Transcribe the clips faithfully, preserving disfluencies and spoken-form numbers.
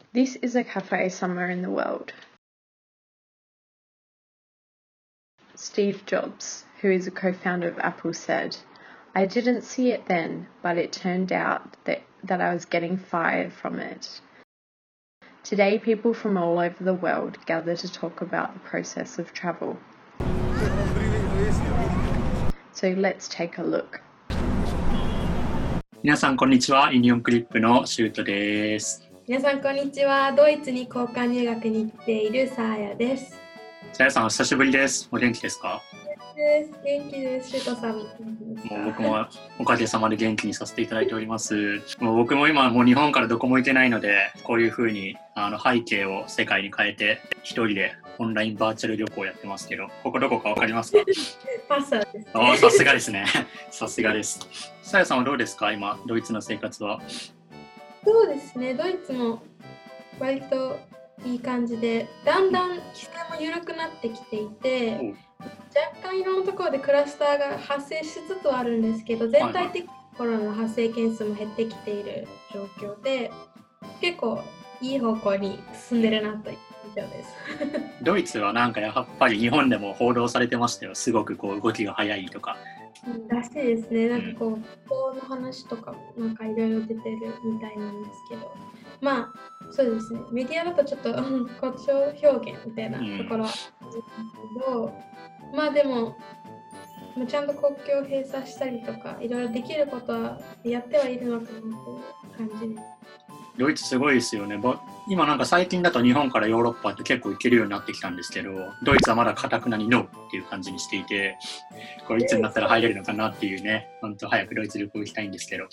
This is a cafe somewhere in the world. Steve Jobs, who is a co-founder of Apple, said, "I didn't see it then, but it turned out that, that I was getting fired from it." Today, people from all over the world gather to talk about the process of travel. So let's take a look. 皆さんこんにちは。ユニオンクリップのシュートです。 皆さんこんにちは。ドイツに交換留学に来ているサーヤです。 サーヤさんお久しぶりです。お元気ですか？ です元気です。シュートさんももう僕もおかげさまで元気にさせていただいております。もう僕も今もう日本からどこも行けないので、こういう風にあの背景を世界に変えて一人でオンラインバーチャル旅行をやってますけど、ここどこかわかりますか？ パスタです、ね。 おさすがですね。さすがです。サーヤさんはどうですか？今ドイツの生活は。 そうですね。ドイツも割といい感じで、だんだん規制も緩くなってきていて、若干いろんなところでクラスターが発生しつつはあるんですけど、全体的にコロナの発生件数も減ってきている状況で、結構いい方向に進んでるなという印象です。 ドイツはなんかやっぱり日本でも報道されてましたよ。すごくこう動きが早いとか。 らしいですね。なんかこう、気候の話とかなんかいろいろ出てるみたいなんですけど、まあそうですね。メディアだとちょっと誇張表現みたいなところはあるんですけど、うん、まあでもちゃんと国境を閉鎖したりとかいろいろできることはやってはいるのかなという感じです。 ドイツすごいですよね。今なんか最近だと日本からヨーロッパって結構行けるようになってきたんですけど、ドイツはまだ堅くなにノーっていう感じにしていて、これいつになったら入れるのかなっていうね、本当早くドイツ旅行行きたいんですけど。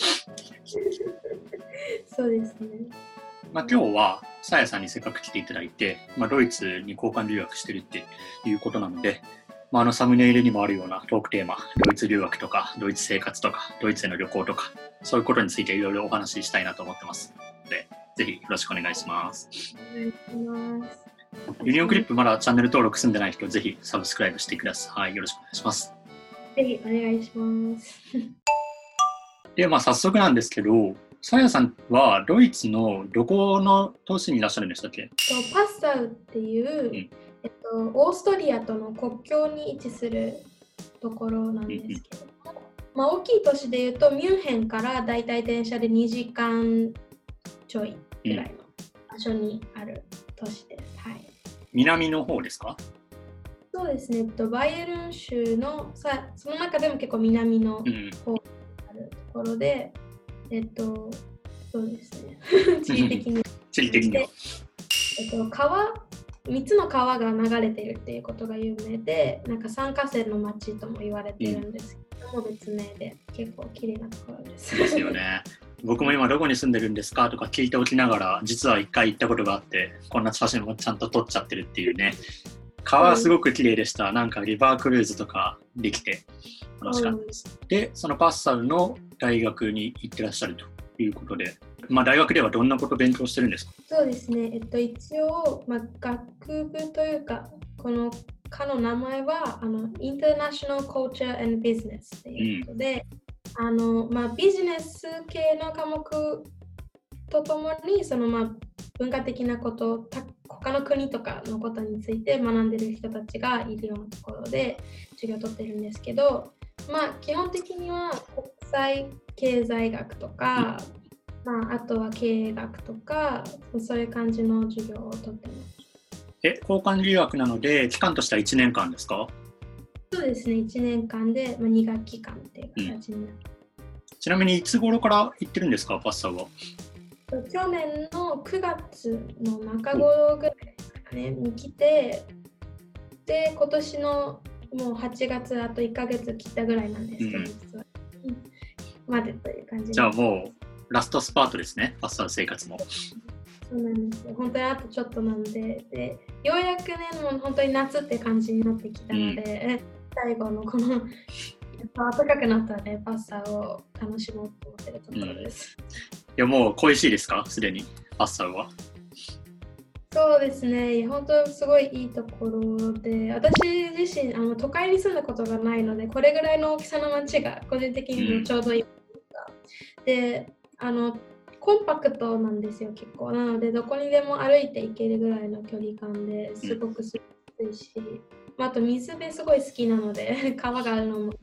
そうですね。 まあ、今日はサーヤさんにせっかく来ていただいて、まあ、ドイツに交換留学してるっていうことなので、まあ、あのサムネイルにもあるようなトークテーマ、ドイツ留学とかドイツ生活とかドイツへの旅行とかそういうことについていろいろお話ししたいなと思ってますので、ぜひよろしくお願いします。 お願いします。 ユニオンクリップまだチャンネル登録済んでない人、ぜひサブスクライブしてください。よろしくお願いします。 ぜひお願いします。 で、まあ早速なんですけど、サーヤさんはドイツのどこの都市にいらっしゃるんでしたっけ？ パッサウっていう、うんえっと、オーストリアとの国境に位置するところなんですけども、うんまあ、大きい都市でいうとミュンヘンからだいたい電車でにじかんちょいぐらいの場所にある都市です。はい、 南の方ですか？ そうですね、えっと、バイエルン州のさその中でも結構南の方にあるところで、うん、えっとそうですね地理的に地理的に、えっと、川みっつの川が流れているっていうことが有名で、なんか三河川の町とも言われてるんですけども、うん、別名で結構綺麗なところです。 ですよね。僕も今どこに住んでるんですかとか聞いておきながら、実は一回行ったことがあって、こんな写真もちゃんと撮っちゃってるっていうね。川はすごく綺麗でした。なんかリバークルーズとかできて楽しかったです。うん、で、そのパッサルの大学に行ってらっしゃるということで、まあ、大学ではどんなことを勉強してるんですか？ そうですね、えっと、一応、まあ、学部というか、この科の名前はあの International Culture and Business ということで、うん、あのまあ、ビジネス系の科目とともにその、まあ、文化的なこと、他の国とかのことについて学んでる人たちがいるようなところで授業を取ってるんですけど、まあ、基本的には国際経済学とか、うんまあ、あとは経営学とかそういう感じの授業を取ってます。 え、交換留学なので期間としてはいちねんかんですか？ そうですね、いちねんかんで、まあ、に学期間っていう形になる、 うん、ちなみにいつ頃から行ってるんですか、パッサーは？ 去年のくがつの中頃ぐらいですかねに来て、で今年のもうはちがつあといっかげつ切ったぐらいなんですけど、うん、実は、うん、までという感じ。 じゃあもうラストスパートですね、パッサー生活も。 そうなんですよ。本当にあとちょっとなので、でようやくね、もう本当に夏って感じになってきたので、うん、最後のこの暖かくなったね、パッサーを楽しもうと思ってるところです。 うん、いやもう恋しいですか、すでにパッサーは？ そうですね、本当すごいいいところで、私自身あの都会に住んだことがないので、これぐらいの大きさの街が個人的にもちょうどいいですか、うん、であのコンパクトなんですよ、結構。なので、どこにでも歩いて行けるぐらいの距離感ですごくすごいし、うんまあ、あと水辺すごい好きなので、川があるのも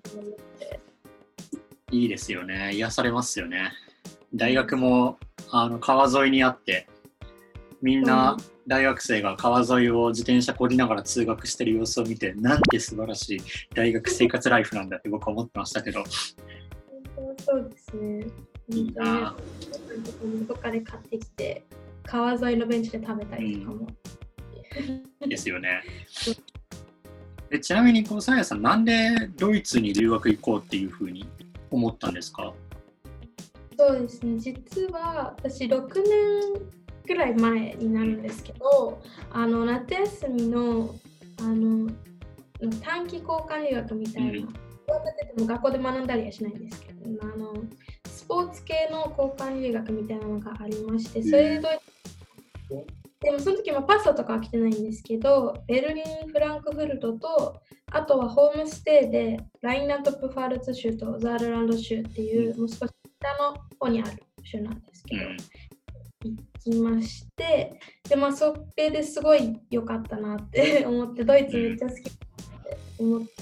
いいですよね。癒されますよね。大学もあの川沿いにあって、みんな大学生が川沿いを自転車こりながら通学してる様子を見て、なんて素晴らしい大学生活ライフなんだって僕は思ってましたけど。 そうですね。 いいな。 どっかで買ってきて、川沿いのベンチで食べたりとかも。 うん、ですよね。でちなみにこう、さやさん、なんでドイツに留学行こうっていうふうに思ったんですか？ そうですね。実は私ろくねんくらい前になるんですけど、あの夏休みのあの短期交換留学みたいな、うん、も学校で学んだりはしないんですけど、あのスポーツ系の交換留学みたいなのがありまして、それでドイツ、うん、でもその時もパスタとかは来てないんですけど、ベルリン、フランクフルトと、あとはホームステイでラインランドプファルツ州とザールランド州っていう、うん、もう少し北の方にある州なんですけど、うん行きまして、でまあそれですごい良かったなって思って、ドイツめっちゃ好きだって思って、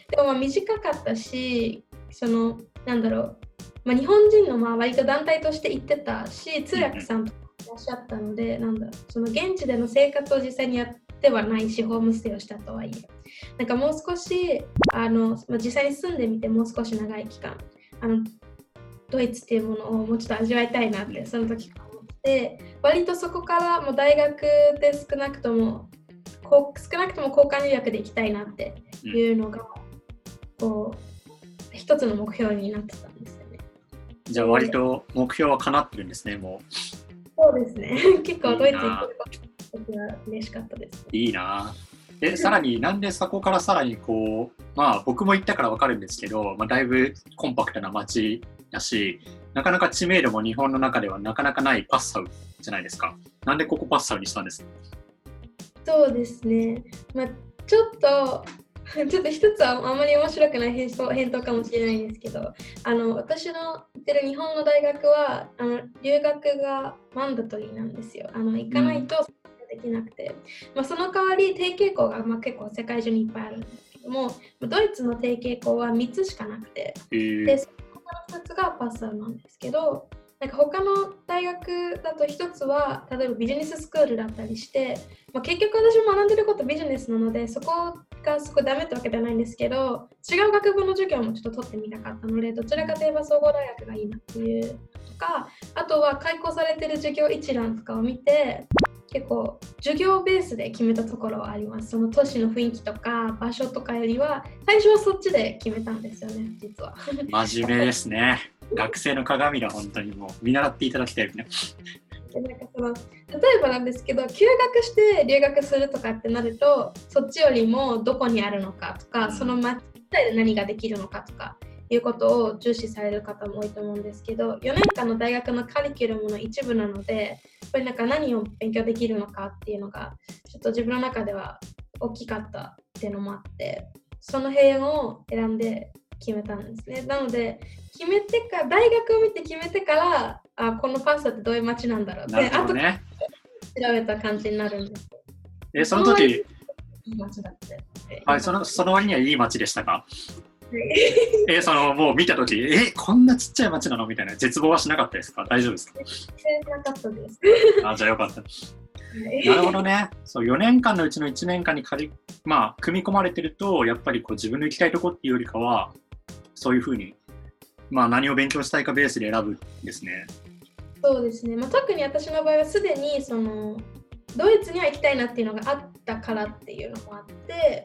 でもまあ短かったし、そのなんだろう、まあ、日本人のまあ割と団体として行ってたし、通訳さんとかいらっしゃったので、なんだろう、その現地での生活を実際にやってはないし、ホームステイをしたとはいえ、なんかもう少しあの、まあ、実際に住んでみてもう少し長い期間あのドイツっていうものをもうちょっと味わいたいなってその時からで、割とそこからもう大学で少なくともこう少なくとも交換留学で行きたいなっていうのが、うん、こう一つの目標になってたんですよね。 じゃあ割と目標は叶ってるんですね、もう。 そうですね。結構ドイツ行ってる時は嬉しかったです、ね。 いいな。で、さらになんでそこからさらにこう、まあ僕も行ったから分かるんですけど、まあ、だいぶコンパクトな街だし、なかなか知名度も日本の中ではなかなかないパッサウじゃないですか。なんでここパッサウにしたんですか？ そうですね。まあ、ちょっと、ちょっと一つはあまり面白くない返答、返答かもしれないんですけど、あの私の行ってる日本の大学はあの留学がマンダトリーなんですよ。あの行かないとできなくて、うんまあ、その代わり提携校がまあ結構世界中にいっぱいあるんですけども、ドイツの提携校はみっつしかなくて、 えー、 でふたつがパッサウなんですけど、なんか他の大学だとひとつは例えばビジネススクールだったりして、まあ、結局私も学んでることビジネスなのでそこがすごいダメってわけではないんですけど、違う学部の授業もちょっと取ってみたかったので、どちらかといえば総合大学がいいなっていうとか、あとは開講されてる授業一覧とかを見て結構授業ベースで決めたところはあります。その都市の雰囲気とか場所とかよりは最初はそっちで決めたんですよね、実は。 真面目ですね。学生の鏡だ、本当にもう見習っていただきたいね。 なんかその例えばなんですけど、休学して留学するとかってなると、そっちよりもどこにあるのかとか、うん、その町で何ができるのかとかいうことを重視される方も多いと思うんですけど、よねんかんの大学のカリキュラムの一部なので、やっぱりなんか何を勉強できるのかっていうのがちょっと自分の中では大きかったっていうのもあって、その辺を選んで決めたんですね。なので決めてから大学を見て決めてから、あ、このパスタってどういう街なんだろうって、 なるほどね、 あと調べた感じになるんです。 え、その時いい街だって。 はい、そのその割にはいい街でしたか？えそのもう見たとき、えこんなちっちゃい町なのみたいな絶望はしなかったですか？大丈夫ですか？ なかったです。 あ、じゃあよかった。なるほどね。そうよねんかんのうちのいちねんかんに仮、まあ、組み込まれてると、やっぱりこう自分の行きたいとこっていうよりかは、そういうふうに、まあ、何を勉強したいかベースで選ぶんですね。 そうですね。まあ、特に私の場合はすでにそのドイツには行きたいなっていうのがあったからっていうのもあって、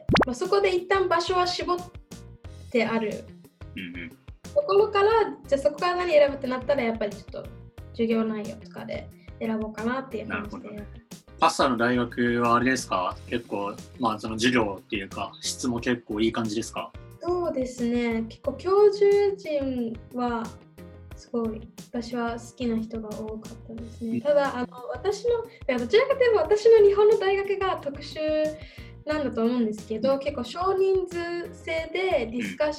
まあ、そこで一旦場所は絞ってある、うんうん、ところから、じゃあそこから何選ぶってなったらやっぱりちょっと授業内容とかで選ぼうかなっていう感じで。 パッサの大学はあれですか？結構、まあ、その授業っていうか質も結構いい感じですか？ そうですね。結構教授陣はすごい私は好きな人が多かったですね。ただあの私のどちらかというと私の日本の大学が特殊なんだと思うんですけど、結構少人数制でディスカッションと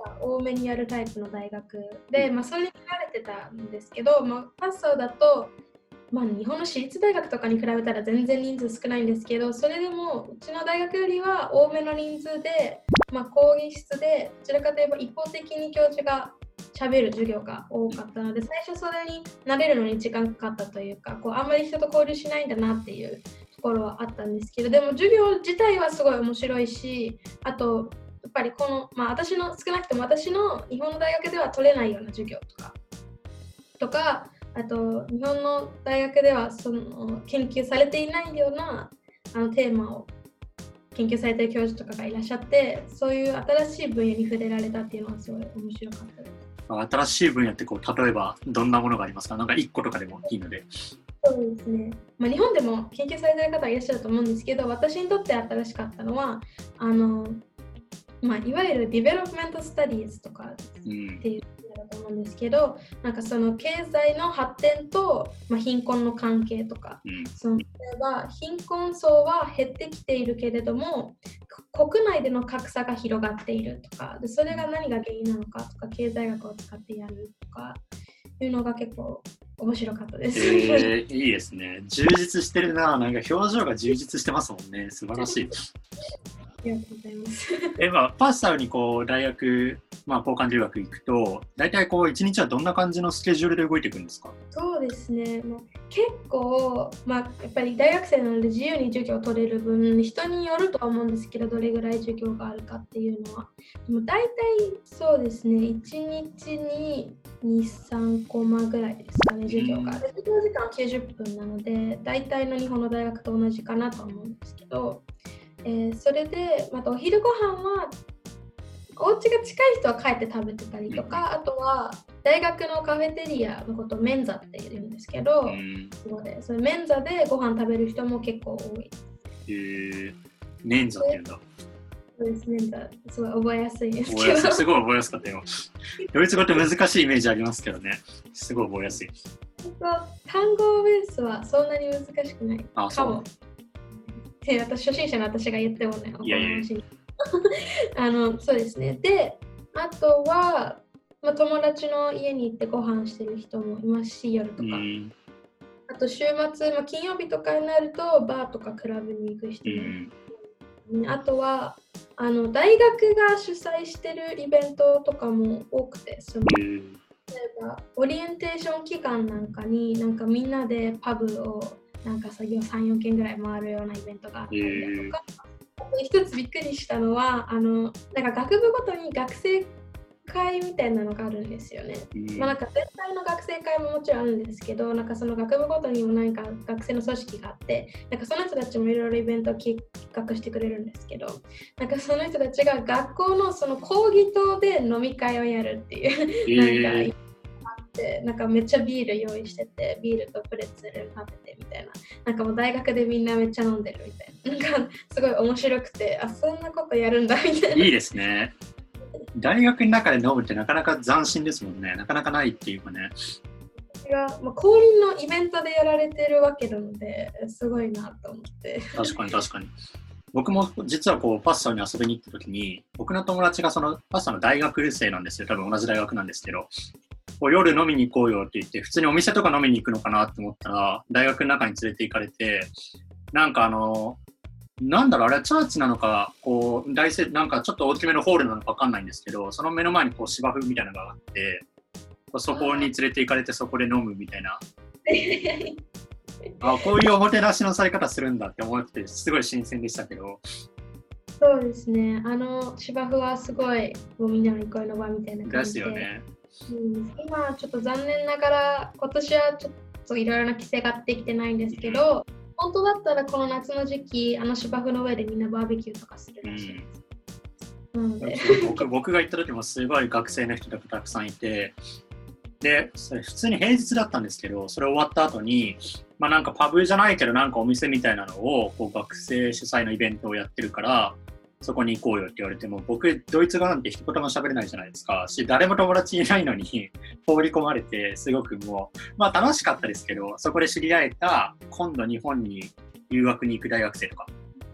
多めにやるタイプの大学で、まあ、それに慣れてたんですけど、まあ、パッサウだと、まあ、日本の私立大学とかに比べたら全然人数少ないんですけど、それでもうちの大学よりは多めの人数で、まあ、講義室でどちらかといえば一方的に教授が喋る授業が多かったので、最初それに慣れるのに時間かかったというか、こうあんまり人と交流しないんだなっていうところはあったんですけど、でも授業自体はすごい面白いし、あとやっぱりこの、まあ、私の少なくとも私の日本の大学では取れないような授業とかとか、あと日本の大学ではその研究されていないようなあのテーマを研究されている教授とかがいらっしゃって、そういう新しい分野に触れられたっていうのはすごい面白かったです。 新しい分野ってこう例えばどんなものがありますか？なんかいっことかでもいいので。 そうですね、まあ、日本でも研究されている方はいらっしゃると思うんですけど、私にとって新しかったのはあの、まあ、いわゆるディベロップメントスタディーズとかっていうだと思うんですけど、なんかその経済の発展と、まあ、貧困の関係とか、うん、その例えば貧困層は減ってきているけれども国内での格差が広がっているとかで、それが何が原因なのかとか、経済学を使ってやるとかいうのが結構面白かったです。 えー、いいですね。充実してるな。なんか表情が充実してますもんね。素晴らしい。 ありがとうございます。 え、まあ、パッサウにこう大学、まあ、交換留学行くと、大体こう一日はどんな感じのスケジュールで動いていくんですか？ そうですね。もう結構、まあ、やっぱり大学生なので自由に授業を取れる分、人によるとは思うんですけど、どれぐらい授業があるかっていうのは。でも大体そうですね、いちにちにに、さんコマぐらいですかね、授業が。授業時間はきゅうじゅっぷんなので、大体の日本の大学と同じかなと思うんですけど、えー、それで、またお昼ご飯はお家が近い人は帰って食べてたりとか、あとは大学のカフェテリアのことをメンザって言うんですけど、うん、それそれメンザでご飯食べる人も結構多い。 へー、メンザって言うんだ。 そうです、メンザ。すごい覚えやすいですけど。 すごい覚えやすかったよ。ドイツ語って難しいイメージありますけどね。すごい覚えやすい。 単語ベースはそんなに難しくないあ、 かも。で、私初心者の私が言ってもね、 いやいやあのそうですね。で、あとは、まあ、友達の家に行ってご飯してる人もいますし、夜とか。あと週末、まあ、金曜日とかになるとバーとかクラブに行く人も。あとはあの大学が主催してるイベントとかも多くて、その例えばオリエンテーション期間なんかになんかみんなでパブをなんかさん、よんけんぐらい回るようなイベントがあったりだとか、一つびっくりしたのはあのなんか学部ごとに学生会みたいなのがあるんですよね。まあ、なんか全体の学生会ももちろんあるんですけど、なんかその学部ごとにも何か学生の組織があって、なんかその人たちもいろいろイベントを企画してくれるんですけど、なんかその人たちが学校のその講義棟で飲み会をやるっていう、なんかあって、なんかめっちゃビール用意してて、ビールとプレッツェル食べてみたいな、なんかもう大学でみんなめっちゃ飲んでるみたいな、なんかすごい面白くて、あ、そんなことやるんだみたいな。 いいですね。大学の中で飲むってなかなか斬新ですもんね。なかなかないっていうかね。 が、まあ、公認のイベントでやられてるわけなのですごいなと思って。確かに確かに。僕も実はこうパッサウに遊びに行った時に、僕の友達がそのパッサウの大学生なんですよ。多分同じ大学なんですけど、こう夜飲みに行こうよって言って、普通にお店とか飲みに行くのかなと思ったら、大学の中に連れて行かれて、なんかあのなんだろう、あれはチャーチなのか、こう大せなんかちょっと大きめのホールなのか分かんないんですけど、その目の前にこう芝生みたいなのがあって、そこに連れて行かれてそこで飲むみたいな。あ、こういうおもてなしのされ方するんだって思って、すごい新鮮でしたけど。 そうですね、あの芝生はすごいもうみんなの憩いの場みたいな感じで。 ですよね。 うん、今ちょっと残念ながら今年はちょっといろいろな規制ができてないんですけど、うん、本当だったらこの夏の時期あの芝生の上でみんなバーベキューとかするらしいです、うん、なので僕, 僕が行った時もすごい学生の人とかたくさんいて、でそれ普通に平日だったんですけど、それ終わった後にまあなんかパブじゃないけどなんかお店みたいなのをこう学生主催のイベントをやってるからそこに行こうよって言われても、僕ドイツ語なんて一言も喋れないじゃないですかし、誰も友達いないのに放り込まれて、すごくもうまあ楽しかったですけど、そこで知り合えた今度日本に留学に行く大学生とか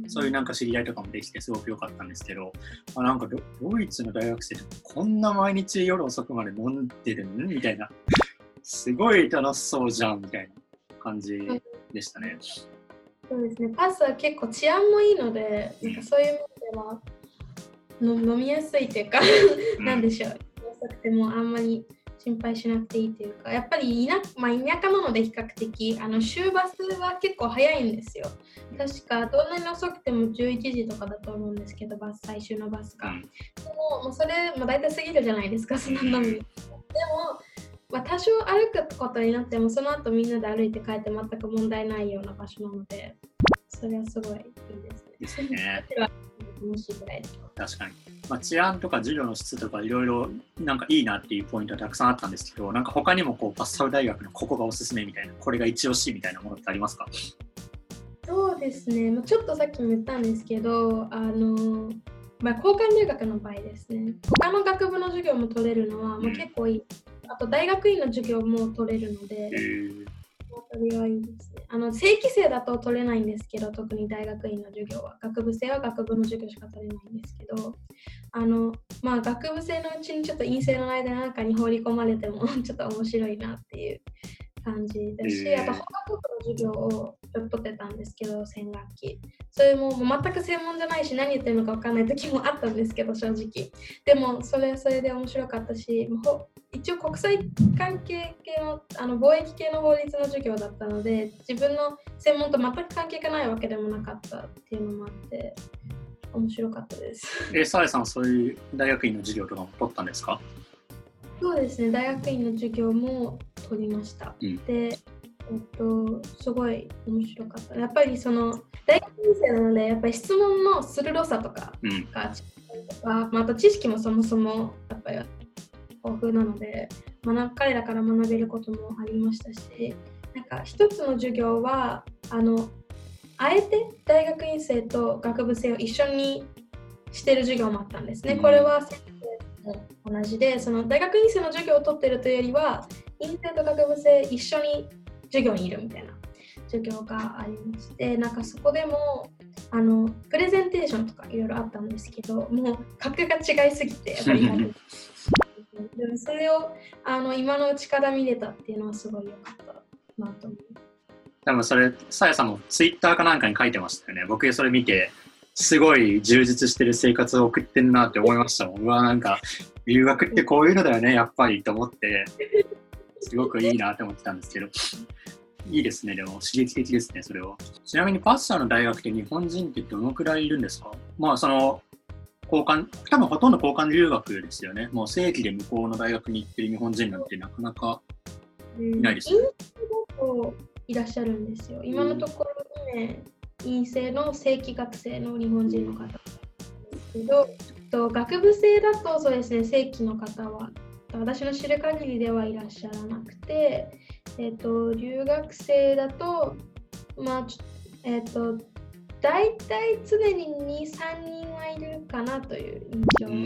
そういうなんか知り合いとかもできてすごく良かったんですけど、あなんか ド, ドイツの大学生ってこんな毎日夜遅くまで飲んでるんみたいな、すごい楽しそうじゃんみたいな感じでしたね。 そうですね、パスは結構治安もいいので、なんかそういう意味ではの飲みやすいというか、なんでしょう、遅くてもあんまり心配しなくていいというか、やっぱり田、まあ、田舎なので比較的あの週バスは結構早いんですよ。確かどんなに遅くてもじゅういちじとかだと思うんですけど、バス最終のバスが。でも、もうそれ、まあ、大体過ぎるじゃないですか、その飲み。でも、まあ、多少歩くことになっても、その後みんなで歩いて帰って全く問題ないような場所なので、それはすごいいいですね。 ですね。 楽しいぐらい確かに。まあ、治安とか授業の質とかいろいろなんかいいなっていうポイントはたくさんあったんですけど、なんか他にもこうパッサウ大学のここがおすすめみたいな、これが一押しみたいなものってありますか？ そうですね、ちょっとさっきも言ったんですけど、あのまあ、交換留学の場合ですね、他の学部の授業も取れるのは、うん、まあ、結構いい。あと大学院の授業も取れるので、それはいいですね。あの正規生だと取れないんですけど、特に大学院の授業は、学部生は学部の授業しか取れないんですけど、あのまあ、学部生のうちにちょっと院生の間なんかに放り込まれてもちょっと面白いなっていう感じだし、あと法学部の授業をちょっと取ってたんですけど、専学期。それももう全く専門じゃないし、何言ってるのか分かんない時もあったんですけど、正直。でも、それはそれで面白かったし、一応国際関係系の、あの貿易系の法律の授業だったので、自分の専門と全く関係がないわけでもなかったっていうのもあって、面白かったです。 え、サエさん、そういう大学院の授業とかも取ったんですか？ そうですね、大学院の授業も取りました。うん、で、えっと、すごい面白かった。やっぱりその大学院生なので、やっぱり質問の鋭さとかが、うん、とかまあ、あと知識もそもそもやっぱり豊富なので、学彼らから学べることもありましたし、なんか一つの授業はあのあえて大学院生と学部生を一緒にしてる授業もあったんですね。これは同じで、その大学院生の授業を取っているというよりは、院生と学部生一緒に授業にいるみたいな授業がありまして、なんかそこでもあのプレゼンテーションとかいろいろあったんですけど、もう格が違いすぎて、やっぱりでもそれをあの今のうちから見れたっていうのはすごい良かったなと思う。 多分それ、さやさんもツイッターかなんかに書いてましたよね。僕それ見て、すごい充実してる生活を送ってるなって思いましたもん。うわ、なんか留学ってこういうのだよね、やっぱりと思って、すごくいいなって思ってたんですけど、いいですね、でも刺激的ですね、それは。ちなみにパッサーの大学って日本人ってどのくらいいるんですか？まあその交換、多分ほとんど交換留学ですよね。もう正規で向こうの大学に行ってる日本人なんてなかなかいないですよね。 うん、いらっしゃるんですよ。今のところね、院生の正規学生の日本人の方なんですけど、と学部生だとそうですね、正規の方は私の知る限りではいらっしゃらなくて、えー、と留学生だと、まあえー、と大体常にに、さんにんはいるかなという印象。うん、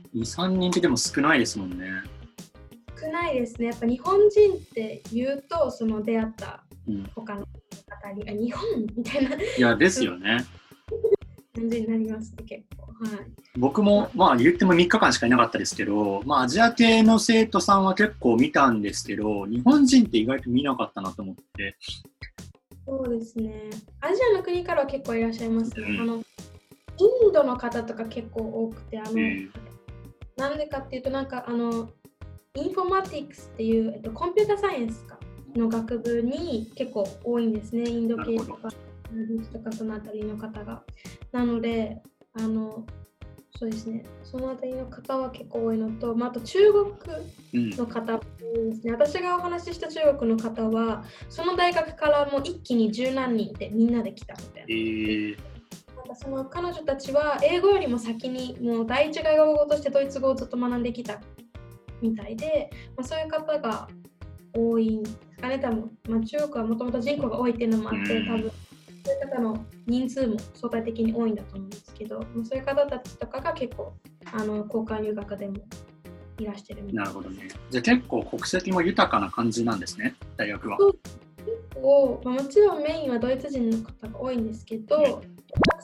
に、さんにんってでも少ないですもんね。 少ないですね。やっぱ日本人って言うと、その出会った他の方に、うん、あ日本みたいな。 いや、ですよね。 感じになりますね、結構。はい、 僕も、まあ言ってもみっかかんしかいなかったですけど、まあアジア系の生徒さんは結構見たんですけど、日本人って意外と見なかったなと思って。 そうですね。アジアの国からは結構いらっしゃいますね。うん、あのインドの方とか結構多くて、あの、うん、なんでかっていうと、なんかあの、インフォマティクスっていう、えっと、コンピュータサイエンスかの学部に結構多いんですね。インド系とか、とかそのあたりの方が。なので、あの、そうですね、そのあたりの方は結構多いのと、まあ、あと中国の方も多いですね、うん。私がお話しした中国の方は、その大学からもう一気に十何人でみんなで来たみたいな。えー、なんかその彼女たちは英語よりも先にもう第一外国語としてドイツ語をずっと学んできたみたいで、まあ、そういう方が多いんですかね、多分。まあ、中国はもともと人口が多いっていうのもあって、多分。そういう方の人数も相対的に多いんだと思うんですけど、そういう方たちとかが結構あの交換留学でもいらしてるみたいな。 なるほどね。じゃあ結構国籍も豊かな感じなんですね、大学は。 そう結構、まあ、もちろんメインはドイツ人の方が多いんですけど、留学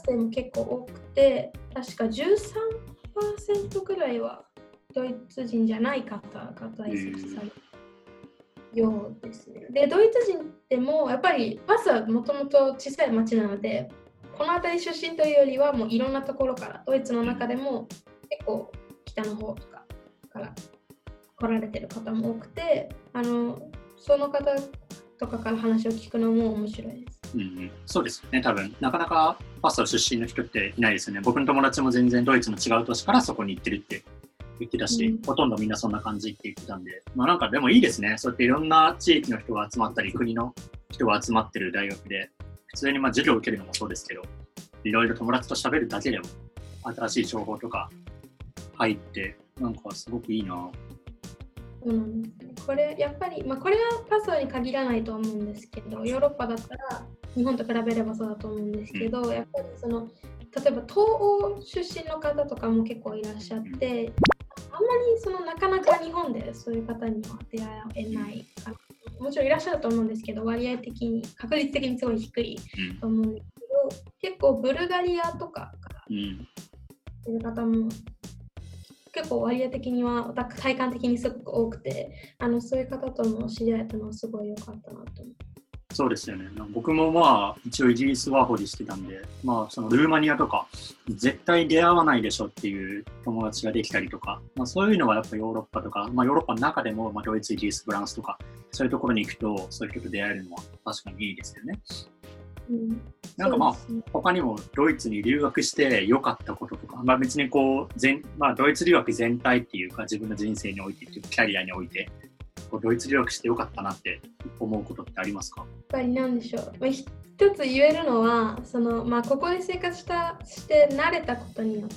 生も結構多くて、確か じゅうさんパーセント くらいはドイツ人じゃない方が在籍されるようですね。で、ドイツ人でもやっぱりパスはもともと小さい町なので、この辺り出身というよりはもういろんなところから、ドイツの中でも結構北の方とかから来られてる方も多くて、あのその方とかから話を聞くのも面白いです。 うんうん、そうですね。多分なかなかパスタ出身の人っていないですよね。僕の友達も全然ドイツの違う都市からそこに行ってるって言ってたし、うん、ほとんどみんなそんな感じって言ってたんで、まあなんかでもいいですね。そうやっていろんな地域の人が集まったり、国の人が集まってる大学で、普通にまあ授業を受けるのもそうですけど、いろいろ友達と喋るだけでも新しい情報とか入って、なんかすごくいいな。 うん、これやっぱり、まあ、これはパスワに限らないと思うんですけど、ヨーロッパだったら日本と比べればそうだと思うんですけど、うん、やっぱりその例えば東欧出身の方とかも結構いらっしゃって、あんまりそのなかなか日本でそういう方には出会えないかな。もちろんいらっしゃると思うんですけど、割合的に確率的にすごい低いと思うんですけど、結構ブルガリアとかからいる方も結構割合的には体感的にすごく多くて、あのそういう方との知り合えたのはすごい良かったなと思う。 そうですよね。僕もまあ一応イギリスワーホリしてたんで、まあそのルーマニアとか絶対出会わないでしょっていう友達ができたりとか、まあそういうのはやっぱヨーロッパとか、まあヨーロッパの中でもまあドイツ、イギリス、フランスとかそういうところに行くとそういう人と出会えるのは確かにいいですよね。うん、なんかまあ、ね、他にもドイツに留学して良かったこととか、まあ別にこう全、まあドイツ留学全体っていうか自分の人生においてっていうかキャリアにおいてこうドイツ留学して良かったなって思うことってありますか？ やっぱりなんでしょう。まあ、一つ言えるのは、そのまあここで生活したして慣れたことによって、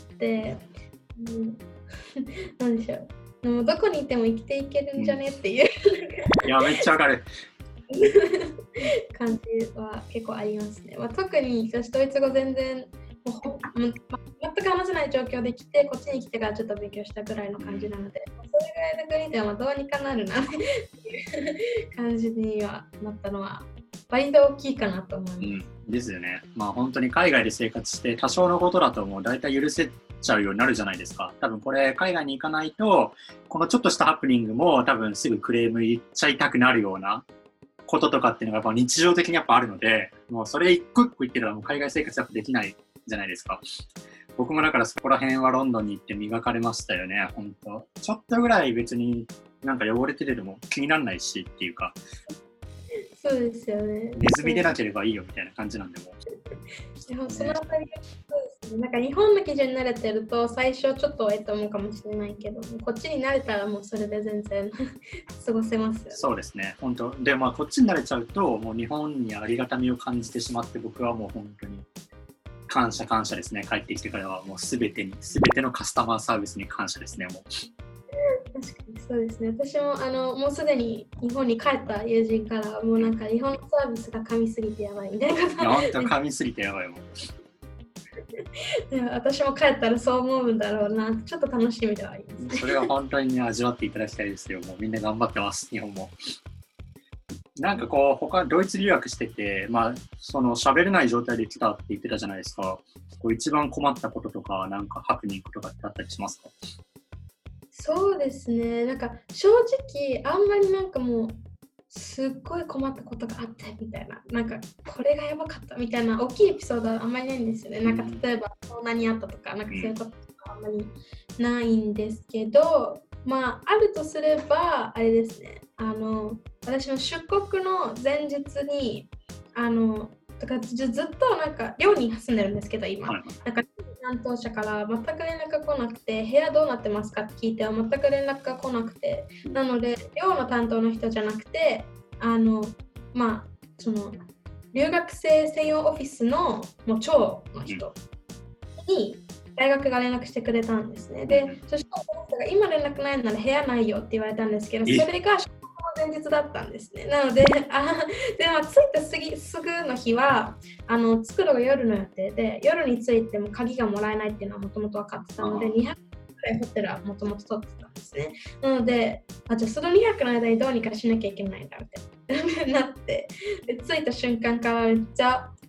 うん、なんでしょう。でもどこにいても生きていけるんじゃねっていう、 うん、いやめっちゃわかる。 感じは結構ありますね。まあ、特に私ドイツ語全然もう、ま、全く話せない状況で来てこっちに来てからちょっと勉強したぐらいの感じなので、それぐらいの国ではどうにかなるなっていう感じにはなったのは割と大きいかなと思います。 うん、ですよね。まあ本当に海外で生活して多少のことだともう大体許せちゃうようになるじゃないですか。多分これ海外に行かないとこのちょっとしたハプニングも多分すぐクレーム言っちゃいたくなるようなこととかっていうのがやっぱ日常的にやっぱあるので、もうそれ一個一個言ってたらもう海外生活やっぱできないじゃないですか。僕もだからそこら辺はロンドンに行って磨かれましたよね。本当ちょっとぐらい別になんか汚れててでも気にならないしっていうか、 そうですよね。 ネズミ出なければいいよみたいな感じなんでもでもそのあたりがそうですね。なんか日本の基準に慣れてると最初ちょっとえっと思うかもしれないけど、こっちに慣れたらもうそれで全然過ごせますよね。 そうですね。本当でまあこっちに慣れちゃうともう日本にありがたみを感じてしまって、僕はもう本当に感謝感謝ですね。帰ってきてからはもうすべてにすべてのカスタマーサービスに感謝ですね。もう確かにそうですね。私もあのもうすでに日本に帰った友人からもうなんか日本のサービスが噛みすぎてやばいみたいなこと。 いや本当噛みすぎてやばいもん。 でも私も帰ったらそう思うんだろうな。ちょっと楽しみではあります、ね。 それは本当に、ね、味わっていただきたいですよ。もうみんな頑張ってます、日本も。なんかこう他ドイツ留学してて、まあその喋れない状態で来たって言ってたじゃないですか。こう一番困ったこととかなんかハプニングとかってあったりしますか？ そうですね。なんか正直あんまりなんかもうすっごい困ったことがあってみたいな、なんかこれがやばかったみたいな大きいエピソードはあんまりないんですよね。なんか例えばそんなにあったとか、なんかそういうことはあんまりないんですけど、まああるとすればあれですね。あの私の出国の前日にあのだからずっとなんか寮に住んでるんですけど今、はい、なんか担当者から全く連絡が来なくて、部屋どうなってますかって聞いては全く連絡が来なくて、なので寮の担当の人じゃなくて、あのまあその留学生専用オフィスのもう長の人に大学が連絡してくれたんですね。で、そしたらその人が今連絡ないなら部屋ないよって言われたんですけど、それが前日だったんですね。なので、あでまあ、着いたすぎすぐの日はあの着くのが夜の予定で、夜に着いても鍵がもらえないっていうのはもともと分かってたので、にひゃくくらいホテルはもともと取ってたんですね。なので、あじゃあそのにひゃくの間にどうにかしなきゃいけないんだみたいななって、で着いた瞬間からめっちゃ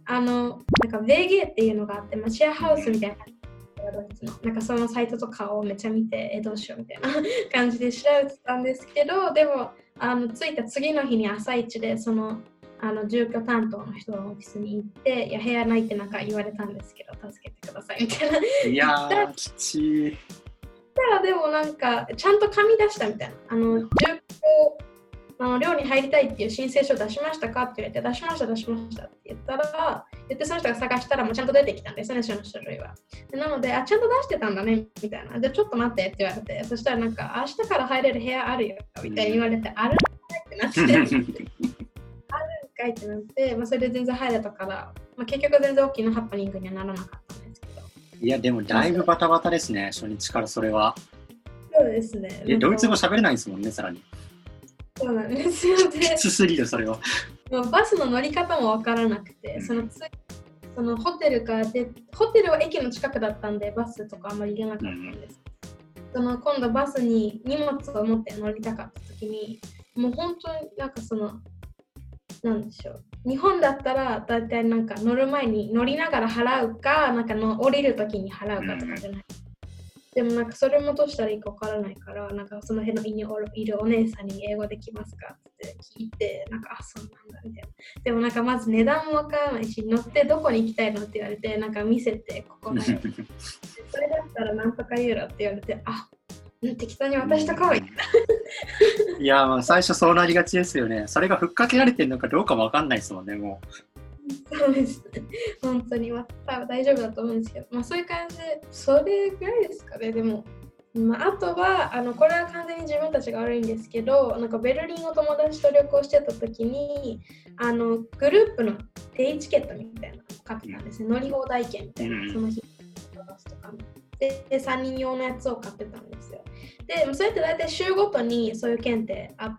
あの、なんか ブイゲー っていうのがあって、まあ、シェアハウスみたいな感じドイツのなんかそのサイトとかをめっちゃ見て、え、どうしようみたいな感じで調べてたんですけど、でも、あの着いた次の日に朝一でその、あの住居担当の人のオフィスに行って、いや、部屋ないってなんか言われたんですけど、助けてくださいみたいな。 いやー、きちい。 たらでもなんか、ちゃんと紙出したみたいな。あの、住居あの寮に入りたいっていう申請書出しましたかって言われて、出しました、出しましたって言ったら、言ってその人が探したらもうちゃんと出てきたんですね、その種類は。なので、あ、ちゃんと出してたんだね、みたいな。じゃあちょっと待ってって言われて、そしたらなんか、明日から入れる部屋あるよ、みたいに言われて、あるんかいってなって、あるんかいってなって、まあ、それで全然入れたから、まあ、結局全然大きなハプニングにはならなかったんですけど。 いや、でもだいぶバタバタですね、初日からそれは。 そうですね。 え、ドイツ語喋れないですもんね、さらに。 そうなんですよね。 きつすぎる、それは。 バスの乗り方もわからなくて、そのつそのホテルからで、ホテルは駅の近くだったんで、バスとかあんまり入れなかったんです。うん、その今度バスに荷物を持って乗りたかった時に、もう本当になんかその、なんでしょう。日本だったらだいたいなんか乗る前に乗りながら払うか、なんかの降りる時に払うかとかじゃない。うんでもなんかそれもどうしたらいいかわからないから、なんかその辺のいるお姉さんに英語できますかって聞いて、なんかあ、そうなんだみたいな。でもなんかまず値段もわからないし、乗ってどこに行きたいのって言われて、なんか見せて、ここだよ。それだったらなんとかユーロって言われて、あ、適当に渡したかみたいな。 いや、まあ最初そうなりがちですよね。それがふっかけられてるのかどうかもわかんないですもんね、もう。 そうですね。本当に、まあ、多分大丈夫だと思うんですけど、まあそういう感じで、それぐらいですかね、でも。まあ、あとはあの、これは完全に自分たちが悪いんですけど、なんかベルリンを友達と旅行してた時に、あのグループのデイチケットみたいなのを買ってたんですね。乗り放題券みたいな、その日のバスとかで、でさんにん用のやつを買ってたんですよ。で、それって大体週ごとにそういう券ってあって、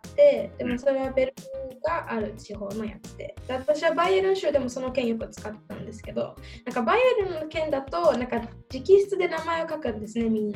でもそれはベルリンがある地方のやつで、で私はバイエルン州でもその券よく使ってたんですけど、なんかバイエルンの券だと、なんか直筆で名前を書くんですね、みんな。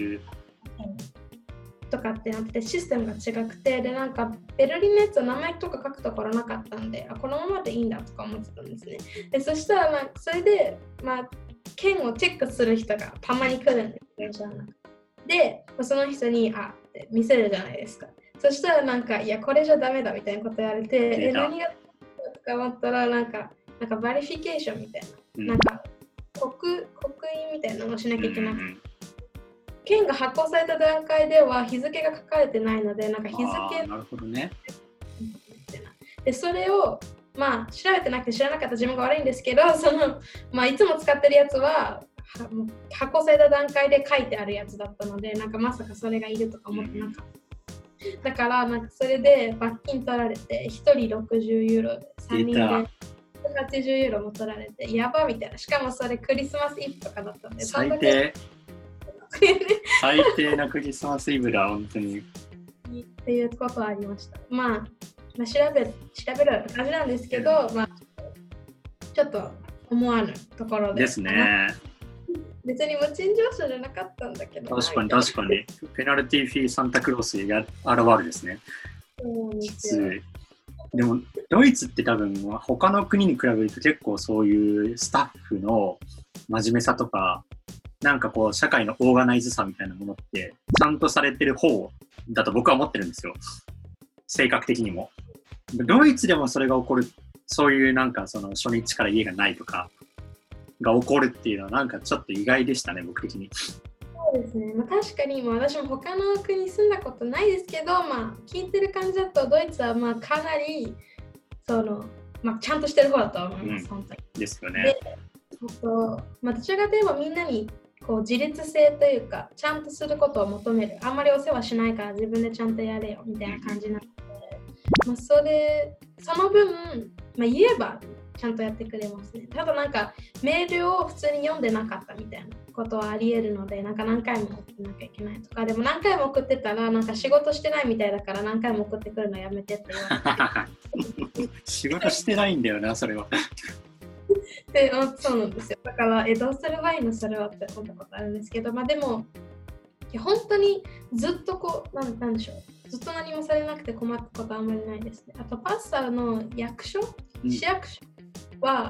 とかってなってて、システムが違くて、で、なんかベルリンのやつは名前とか書くところなかったんで、あ、このままでいいんだとか思ってたんですね。で、そしたら、まあ、それで、まあ、券をチェックする人がたまに来るんですよ。で、その人に、あって見せるじゃないですか。そしたらなんか、いや、これじゃダメだみたいなこと言われて、え、何がとか思ったら、なんか、なんかバリフィケーションみたいな、うん、なんか、刻、刻印みたいなのをしなきゃいけなくて、うん、券が発行された段階では日付が書かれてないので、なんか日付、 なるほどね。 で、それを、まあ、調べてなくて知らなかった自分が悪いんですけど、その、まあ、いつも使ってるやつは、発行された段階で書いてあるやつだったので、なんかまさかそれがいるとか思ってなかった。うん、だから、なんかそれで罰金取られて、ひとりろくじゅうユーロで、さんにんでひゃくはちじゅうユーロも取られて、やばみたいな。しかもそれクリスマスイブとかだったんで、 最低。最低なクリスマスイブだ、本当に。 っていうことはありました。まあ、まあ、調べ、調べる感じなんですけど、まあ、ちょっと思わぬところで。 ですね。 別に無賃乗車じゃなかったんだけど。 確かに確かに。ペナルティフィーサンタクロースやあるあるですね。 きつい。でも、ドイツって多分、他の国に比べると結構そういうスタッフの真面目さとか、なんかこう、社会のオーガナイズさみたいなものって、ちゃんとされてる方だと僕は思ってるんですよ。性格的にも。ドイツでもそれが起こる、そういうなんかその初日から家がないとかが起こるっていうのはなんかちょっと意外でしたね、僕的に。 そうですね。まあ、確かにもう私も他の国に住んだことないですけど、まあ聞いてる感じだとドイツはまあかなりその、まあ、ちゃんとしてる方だと思います、うん、本当に。 ですよね。 で、あと、まあ、どちらかといえばみんなにこう自立性というかちゃんとすることを求める。あんまりお世話しないから自分でちゃんとやれよみたいな感じなので、まあ、それその分、まあ、言えばちゃんとやってくれますね。ただなんかメールを普通に読んでなかったみたいなことはあり得るので、なんか何回も送ってなきゃいけないとか、でも何回も送ってたらなんか仕事してないみたいだから何回も送ってくるのやめてって言われて仕事してないんだよな、それは。 で、そうなんですよ。だからえどうすればいいのそれはって思ったことあるんですけど、まあでも本当にずっとこう な, なんでしょうずっと何もされなくて困ったことはあんまりないですね。あとパスタの役所、市役所は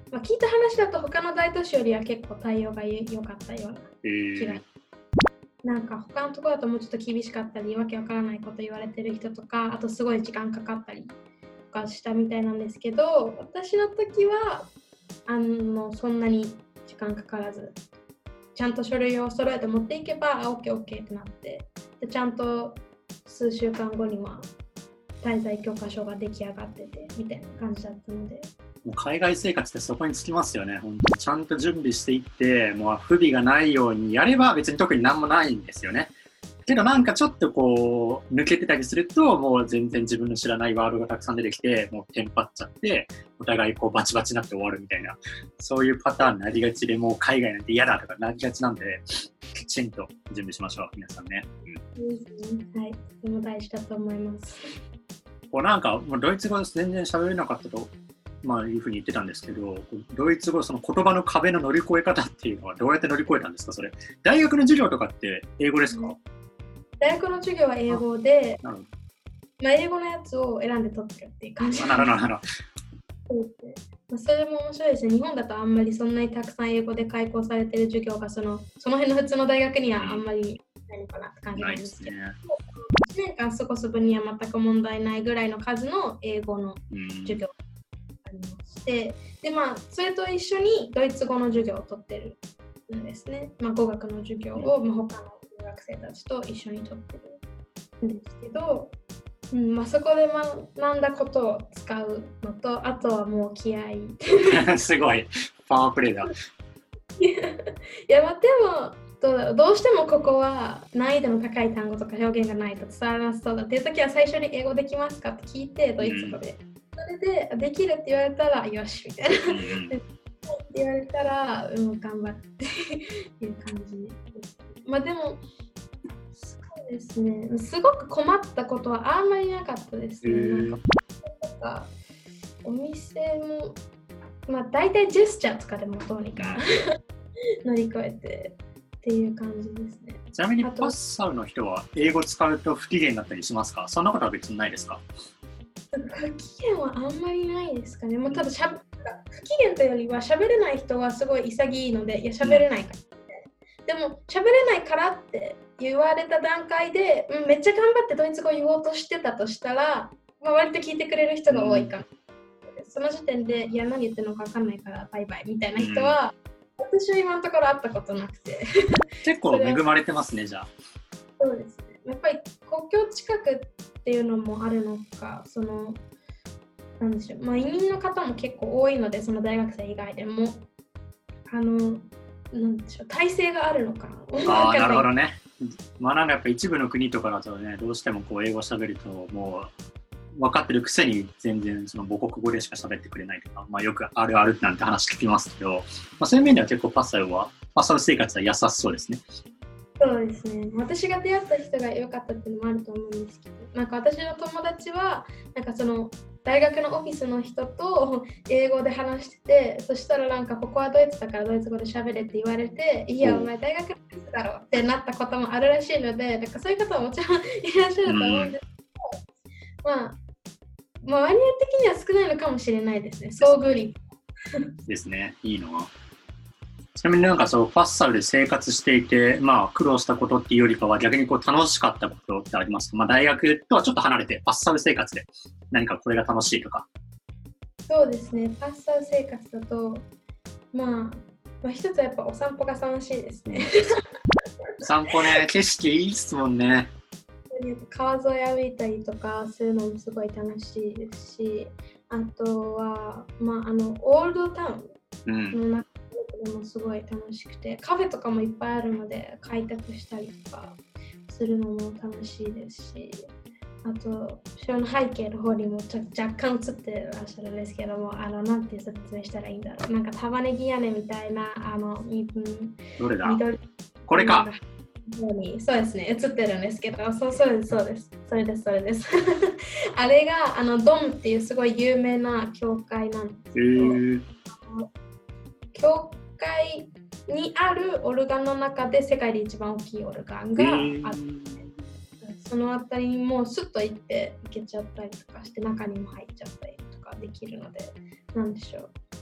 まあ、聞いた話だと他の大都市よりは結構対応が良かったような気が、えー、なんか他のところだともうちょっと厳しかったり、わけわからないこと言われてる人とか、あとすごい時間かかったりとかしたみたいなんですけど、私の時はあのそんなに時間かからず、ちゃんと書類を揃えて持っていけば OKOK ってなって、でちゃんと数週間後には滞在許可書が出来上がっててみたいな感じだったので、 もう海外生活ってそこにつきますよね。本当にちゃんと準備していって、もう不備がないようにやれば別に特に何もないんですよね。けどなんかちょっとこう抜けてたりすると、もう全然自分の知らないワードがたくさん出てきて、もうテンパっちゃってお互いこうバチバチになって終わるみたいな、そういうパターンになりがちで、もう海外なんて嫌だとかなりがちなんで、きちんと準備しましょう、皆さんね。 うん、はい、とても大事だと思います。 こうなんかもうドイツ語全然喋れなかったと、まあ、いうふうに言ってたんですけど、ドイツ語その言葉の壁の乗り越え方っていうのはどうやって乗り越えたんですか？それ大学の授業とかって英語ですか？ 大学の授業は英語で、まあ、英語のやつを選んで取ってるっていう感じ。 なるほどなるほど。それも面白いですね。日本だとあんまりそんなにたくさん英語で開講されてる授業がその、その辺の普通の大学にはあんまりないのかなって感じなんですけど、いちねんかん過ごす分には全く問題ないぐらいの数の英語の授業がありまして、でまあ、それと一緒にドイツ語の授業を取ってるんですね。まあ、語学の授業を、まあ、他の学生たちと一緒に取ってるんですけど、うんまあ、そこで学んだことを使うのと、あとはもう気合いすごいパワープレイだ。 いや、まあ、でもどうだろう、どうしてもここは難易度の高い単語とか表現がないと伝わらなそうだっていう時は最初に英語できますかって聞いて、ドイツ語で、うん、それでできるって言われたらよしみたいなって言われたら、うん、頑張っていう感じです。まあでもそうですね、すごく困ったことはあんまりなかったですね。なんかお店も、まあ大体ジェスチャーとかでもどうにか乗り越えてっていう感じですね。 ちなみにパッサウの人は英語使うと不機嫌だったりしますか？そんなことは別にないですか？ 不機嫌はあんまりないですかね。もうただしゃ不機嫌というよりは喋れない人はすごい潔いので、いや喋れないから、うん、でも喋れないからって言われた段階で、うん、めっちゃ頑張ってドイツ語を言おうとしてたとしたら、まあ、割と聞いてくれる人が多いかも、うん、その時点でいや何言ってるのか分かんないからバイバイみたいな人は、うん、私は今のところ会ったことなくて結構恵まれてますね。じゃあそうですね、やっぱり国境近くっていうのもあるのか、そのなんでしょう、まあ、移民の方も結構多いので、その大学生以外でもあのなんでしょう、体制があるのかな。 ああ、なるほどね。まあなんかやっぱ一部の国とかだとね、どうしてもこう英語喋るともう分かってるくせに全然その母国語でしか喋ってくれないとか、まあよくあるあるなんて話聞きますけど、まあ、そういう面では結構パッサルはパッサル生活は優しそうですね。 そうですね。私が出会った人が良かったっていうのもあると思うんですけど、なんか私の友達はなんかその大学のオフィスの人と英語で話してて、そしたらなんかここはドイツだからドイツ語で喋れって言われて、いやお前大学のオフィスだろってなったこともあるらしいので、なんかそういう方はもちろんいらっしゃると思うんですけど、うん、まあ、まあ割合的には少ないのかもしれないですね。遭遇率ですね。いいの。ちなみになんかそうパッサルで生活していて、まあ苦労したことっていうよりかは逆にこう楽しかったことってありますか？まあ大学とはちょっと離れてパッサル生活で何かこれが楽しいとか。 そうですね。パッサル生活だと、まあ、まあ一つはやっぱお散歩が楽しいですね。 お散歩ね、景色いいですもんね。 川沿い歩いたりとかするのもすごい楽しいですし、あとは、まあ、あのオールドタウンの中でもすごい楽しくて、うん、カフェとかもいっぱいあるので開拓したりとかするのも楽しいですし、あと後ろの背景の方にもちょ若干映ってらっしゃるんですけども、あのなんて説明したらいいんだろう、なんか束ねぎ屋根みたいな、あの、うん、 どれだ？これか。 そうですね、映ってるんですけど、そうそうです、そうです、それです、それです。あれがあのドンっていうすごい有名な教会なんですけど、えー、教会にあるオルガンの中で世界で一番大きいオルガンがあって、えー、そのあたりにもうスッと行って行けちゃったりとかして、中にも入っちゃったりとかできるので、なんでしょう、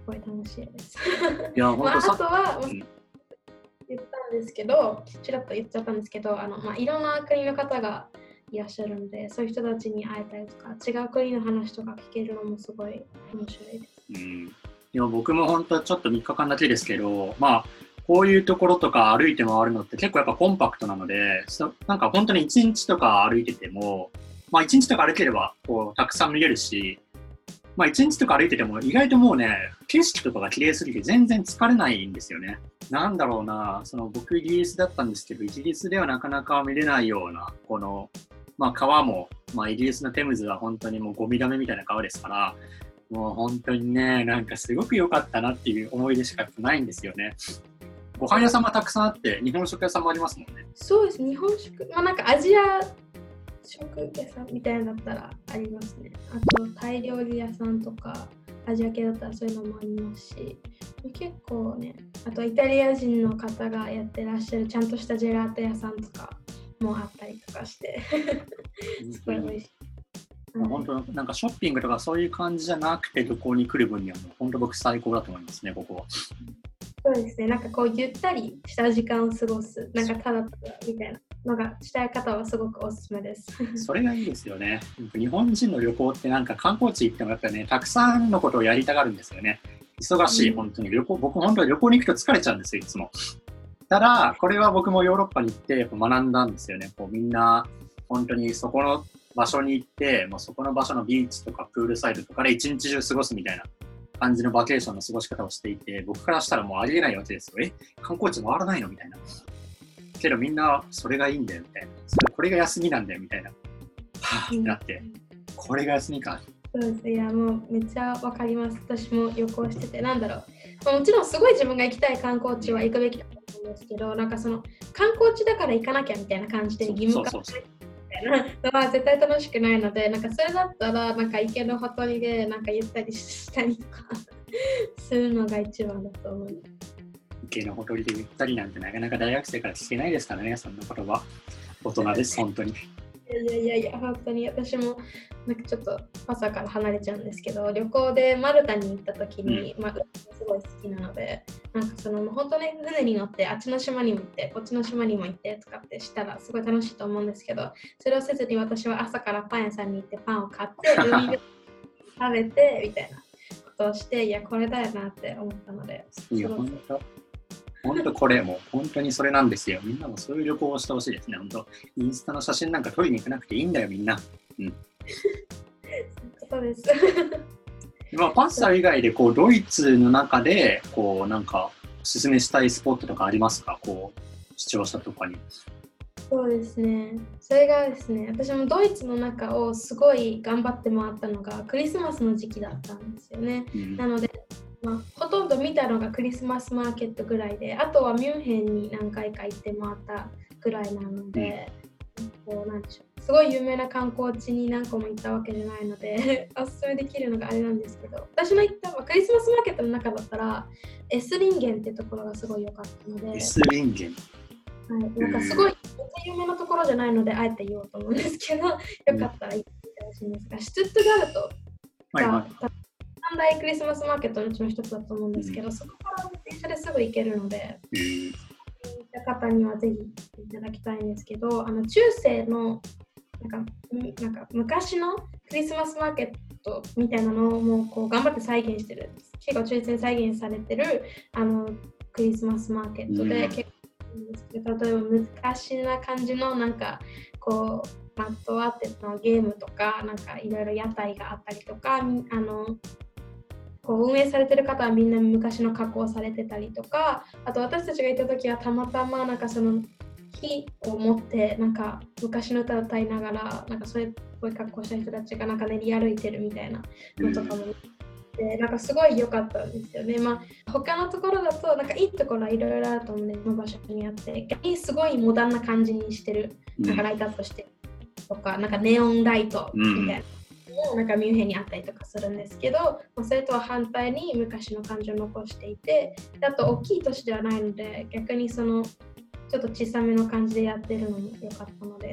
ごい楽しいです。 いや、本当まあ、あとは、 うん、 言ったんですけど、ちらっと言っちゃったんですけど、あの、まあ、いろんな国の方がいらっしゃるので、そういう人たちに会えたりとか、違う国の話とか聞けるのもすごい面白いです。 うん、いや僕も本当ちょっとみっかかんだけですけど、まあ、こういうところとか歩いて回るのって結構やっぱコンパクトなので、そなんか本当にいちにちとか歩いてても、まあいちにちとか歩ければこうたくさん見れるし、まあいちにちとか歩いてても意外ともうね、景色とかが綺麗すぎて全然疲れないんですよね。なんだろうな、その僕イギリスだったんですけど、イギリスではなかなか見れないような、この、まあ川も、まあイギリスのテムズは本当にもうゴミだめみたいな川ですから、もう本当にね、なんかすごく良かったなっていう思い出しかないんですよね。ご飯屋さんもたくさんあって、日本食屋さんもありますもんね。 そうです、日本食、まあなんかアジア食屋さんみたいなのだったらありますね。あとタイ料理屋さんとか、アジア系だったらそういうのもありますし、結構ね、あとイタリア人の方がやってらっしゃるちゃんとしたジェラート屋さんとかもあったりとかして、すごい美味しい。 うん、本当なんかショッピングとかそういう感じじゃなくて旅行に来る分にはもう本当僕最高だと思いますね、ここは。 そうですね、なんかこうゆったりした時間を過ごす、なんかただただみたいなのがしたい方はすごくおすすめです。 それがいいですよね。日本人の旅行ってなんか観光地行ってもやっぱりね、たくさんのことをやりたがるんですよね。忙しい、うん、本当に旅行、僕本当に旅行に行くと疲れちゃうんですよ、いつも。ただ、これは僕もヨーロッパに行ってやっぱ学んだんですよね。こうみんな本当にそこの場所に行って、もうそこの場所のビーチとかプールサイドとかで一日中過ごすみたいな感じのバケーションの過ごし方をしていて、僕からしたらもうありえないわけですよ。え、観光地回らないのみたいな。けどみんなそれがいいんだよみたいな。それこれが休みなんだよみたいな。はぁってなって、これが休みか。 そうです。いや、もうめっちゃわかります。私も旅行してて、なんだろう。まあ、もちろんすごい自分が行きたい観光地は行くべきだと思うんですけど、なんかその観光地だから行かなきゃみたいな感じで義務化されてみたいなのは絶対楽しくないので、なんかそれだったらなんか池のほとりでなんかゆったりしたりとかするのが一番だと思います。 池のほとりでゆったりなんてなかなか大学生から聞けないですからね、そんなことは。大人です、本当に。 いやいやいや、本当に私もなんかちょっとパサから離れちゃうんですけど、旅行でマルタに行った時に、うん、まあ、すごい好きなので、なんかその本当に船に乗ってあっちの島にも行ってこっちの島にも行ってとかってしたらすごい楽しいと思うんですけど、それをせずに私は朝からパン屋さんに行ってパンを買って海で食べてみたいなことをして、いやこれだよなって思ったので、 いや本当本当これも本当にそれなんですよ。みんなもそういう旅行をしてほしいですね。本当インスタの写真なんか撮りに行かなくていいんだよみんな。うん。 そうです。 まあパスタ以外でこうドイツの中でこうなんかおすすめしたいスポットとかありますか？こう視聴者とかに。 そうですね。それがですね、私もドイツの中をすごい頑張って回ったのがクリスマスの時期だったんですよね。うん、なので。まあ、ほとんど見たのがクリスマスマーケットぐらいで、あとはミュンヘンに何回か行って回ったぐらいなので、こうなんでしょう、すごい有名な観光地に何個も行ったわけじゃないのでおすすめできるのがあれなんですけど、私の行ったクリスマスマーケットの中だったらエスリンゲンってところがすごい良かったので、 エスリンゲン、 はい、なんかすごい有名なところじゃないのであえて言おうと思うんですけど、よかったら行ってほしいんですが、シュトゥットガルトが、はいはい、三大クリスマスマーケットのうちの一つだと思うんですけど、うん、そこから電車ですぐ行けるので、うん、行った方にはぜひ行っていただきたいんですけど、あの中世のなんか、なんか昔のクリスマスマーケットみたいなのをもうこう頑張って再現してるんです。結構忠実に再現されてるあのクリスマスマーケットで、うん、結構例えば昔な感じのなんかこうマットアーティスのゲームとかなんかいろいろ屋台があったりとか、あのこう運営されてる方はみんな昔の加工されてたりとか、あと私たちがいた時はたまたまなんかその木を持ってなんか昔の歌を歌いながらなんかそういう格好した人たちがなんか練り歩いてるみたいなのとかもで、なんかすごい良かったんですよね。まあ他のところだとなんかいいところはいろいろあると思うんで、その場所にあって逆にすごいモダンな感じにしてるなんかライトアップしてとか、なんかネオンライトみたいな、うんなんかミュンヘンにあったりとかするんですけど、それとは反対に昔の感じを残していて、あと大きい都市ではないので逆にそのちょっと小さめの感じでやってるのも良かったので、